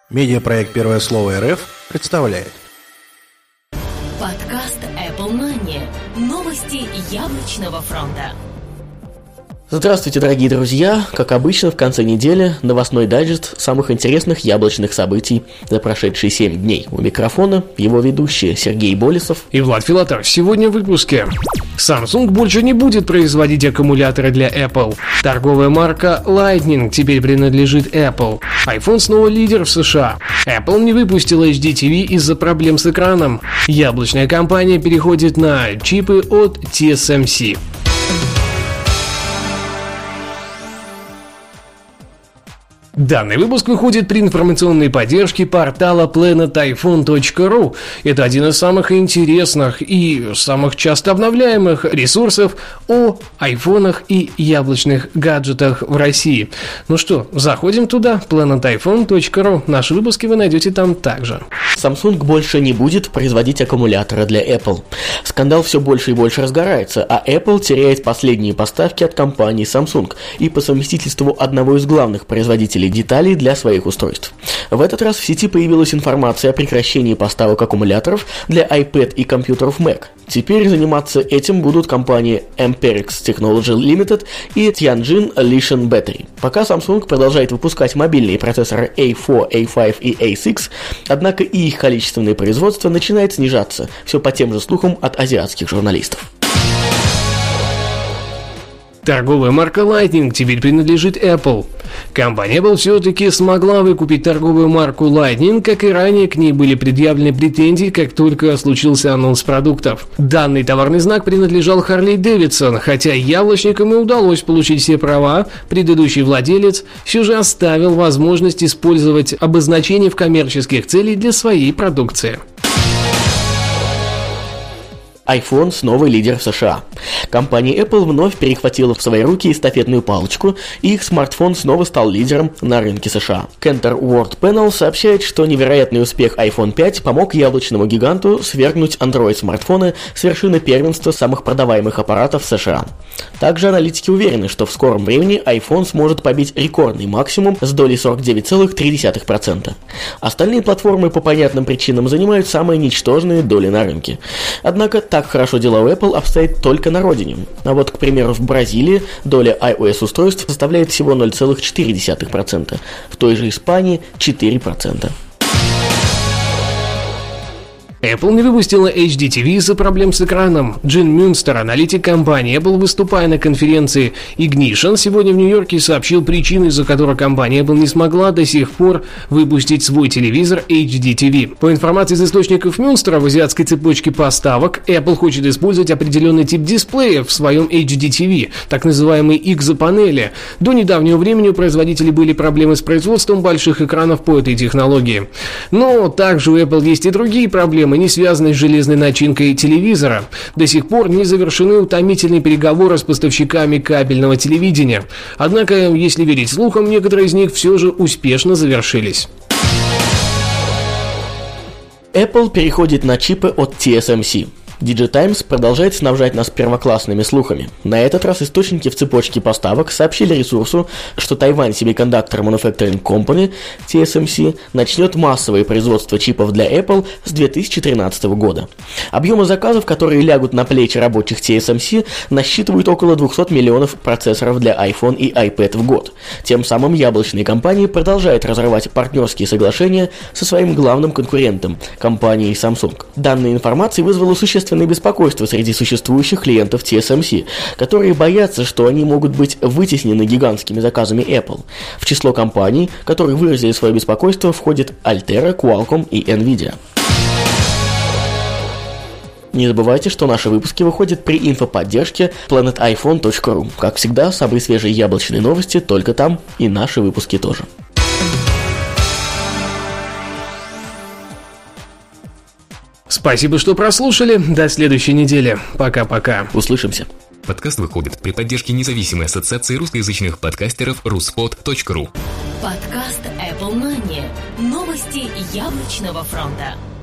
Медиапроект «Первое слово РФ» представляет. Подкаст Apple Money. Новости яблочного фронта. Здравствуйте, дорогие друзья! Как обычно, в конце недели новостной дайджест самых интересных яблочных событий за прошедшие 7 дней. У микрофона его ведущие Сергей Болесов и Влад Филатов. Сегодня в выпуске. Samsung больше не будет производить аккумуляторы для Apple. Торговая марка Lightning теперь принадлежит Apple. iPhone снова лидер в США. Apple не выпустила HD-TV из-за проблем с экраном. Яблочная компания переходит на чипы от TSMC. Данный выпуск выходит при информационной поддержке портала planetiphone.ru. Это один из самых интересных и самых часто обновляемых ресурсов о айфонах и яблочных гаджетах в России. Ну что, заходим туда, planetiphone.ru. Наши выпуски вы найдете там также. Samsung больше не будет производить аккумуляторы для Apple. Скандал все больше и больше разгорается, а Apple теряет последние поставки от компании Samsung и по совместительству одного из главных производителей деталей для своих устройств. В этот раз в сети появилась информация о прекращении поставок аккумуляторов для iPad и компьютеров Mac. Теперь заниматься этим будут компании Amperex Technology Limited и Tianjin Lishan Battery. Пока Samsung продолжает выпускать мобильные процессоры A4, A5 и A6, однако и их количественное производство начинает снижаться, все по тем же слухам от азиатских журналистов. Торговая марка Lightning теперь принадлежит Apple. Компания Apple все-таки смогла выкупить торговую марку Lightning, как и ранее к ней были предъявлены претензии, как только случился анонс продуктов. Данный товарный знак принадлежал Harley Davidson, хотя яблочникам и удалось получить все права, предыдущий владелец все же оставил возможность использовать обозначение в коммерческих целях для своей продукции. iPhone снова лидер в США. Компания Apple вновь перехватила в свои руки эстафетную палочку, и их смартфон снова стал лидером на рынке США. Cantor World Panel сообщает, что невероятный успех iPhone 5 помог яблочному гиганту свергнуть Android-смартфоны с вершины первенства самых продаваемых аппаратов в США. Также аналитики уверены, что в скором времени iPhone сможет побить рекордный максимум с долей 49,3%. Остальные платформы по понятным причинам занимают самые ничтожные доли на рынке. Однако так хорошо дела у Apple обстоят только на родине. А вот, к примеру, в Бразилии доля iOS-устройств составляет всего 0,4%, в той же Испании 4%. Apple не выпустила HD-TV из-за проблем с экраном. Джин Мюнстер, аналитик компании Apple, выступая на конференции Ignition, сегодня в Нью-Йорке сообщил причину, из-за которой компания Apple не смогла до сих пор выпустить свой телевизор HD-TV. По информации из источников Мюнстера, в азиатской цепочке поставок Apple хочет использовать определенный тип дисплея в своем HD-TV, так называемые экзопанели. До недавнего времени у производителей были проблемы с производством больших экранов по этой технологии. Но также у Apple есть и другие проблемы, не связанные с железной начинкой телевизора. До сих пор не завершены утомительные переговоры с поставщиками кабельного телевидения. Однако, если верить слухам, некоторые из них все же успешно завершились. Apple переходит на чипы от TSMC. DigiTimes продолжает снабжать нас первоклассными слухами. На этот раз источники в цепочке поставок сообщили ресурсу, что Taiwan Semiconductor Manufacturing Company, TSMC, начнет массовое производство чипов для Apple с 2013 года. Объемы заказов, которые лягут на плечи рабочих TSMC, насчитывают около 200 миллионов процессоров для iPhone и iPad в год. Тем самым яблочные компании продолжают разрывать партнерские соглашения со своим главным конкурентом, компанией Samsung. Данная информация вызвала существенное беспокойство среди существующих клиентов TSMC, которые боятся, что они могут быть вытеснены гигантскими заказами Apple. В число компаний, которые выразили свое беспокойство, входят Altera, Qualcomm и Nvidia. Не забывайте, что наши выпуски выходят при инфоподдержке planetiphone.ru. Как всегда, самые свежие яблочные новости только там, и наши выпуски тоже. Спасибо, что прослушали. До следующей недели. Пока-пока. Услышимся. Подкаст выходит при поддержке независимой ассоциации русскоязычных подкастеров ruspod.ru. Подкаст Apple Money. Новости яблочного фронта.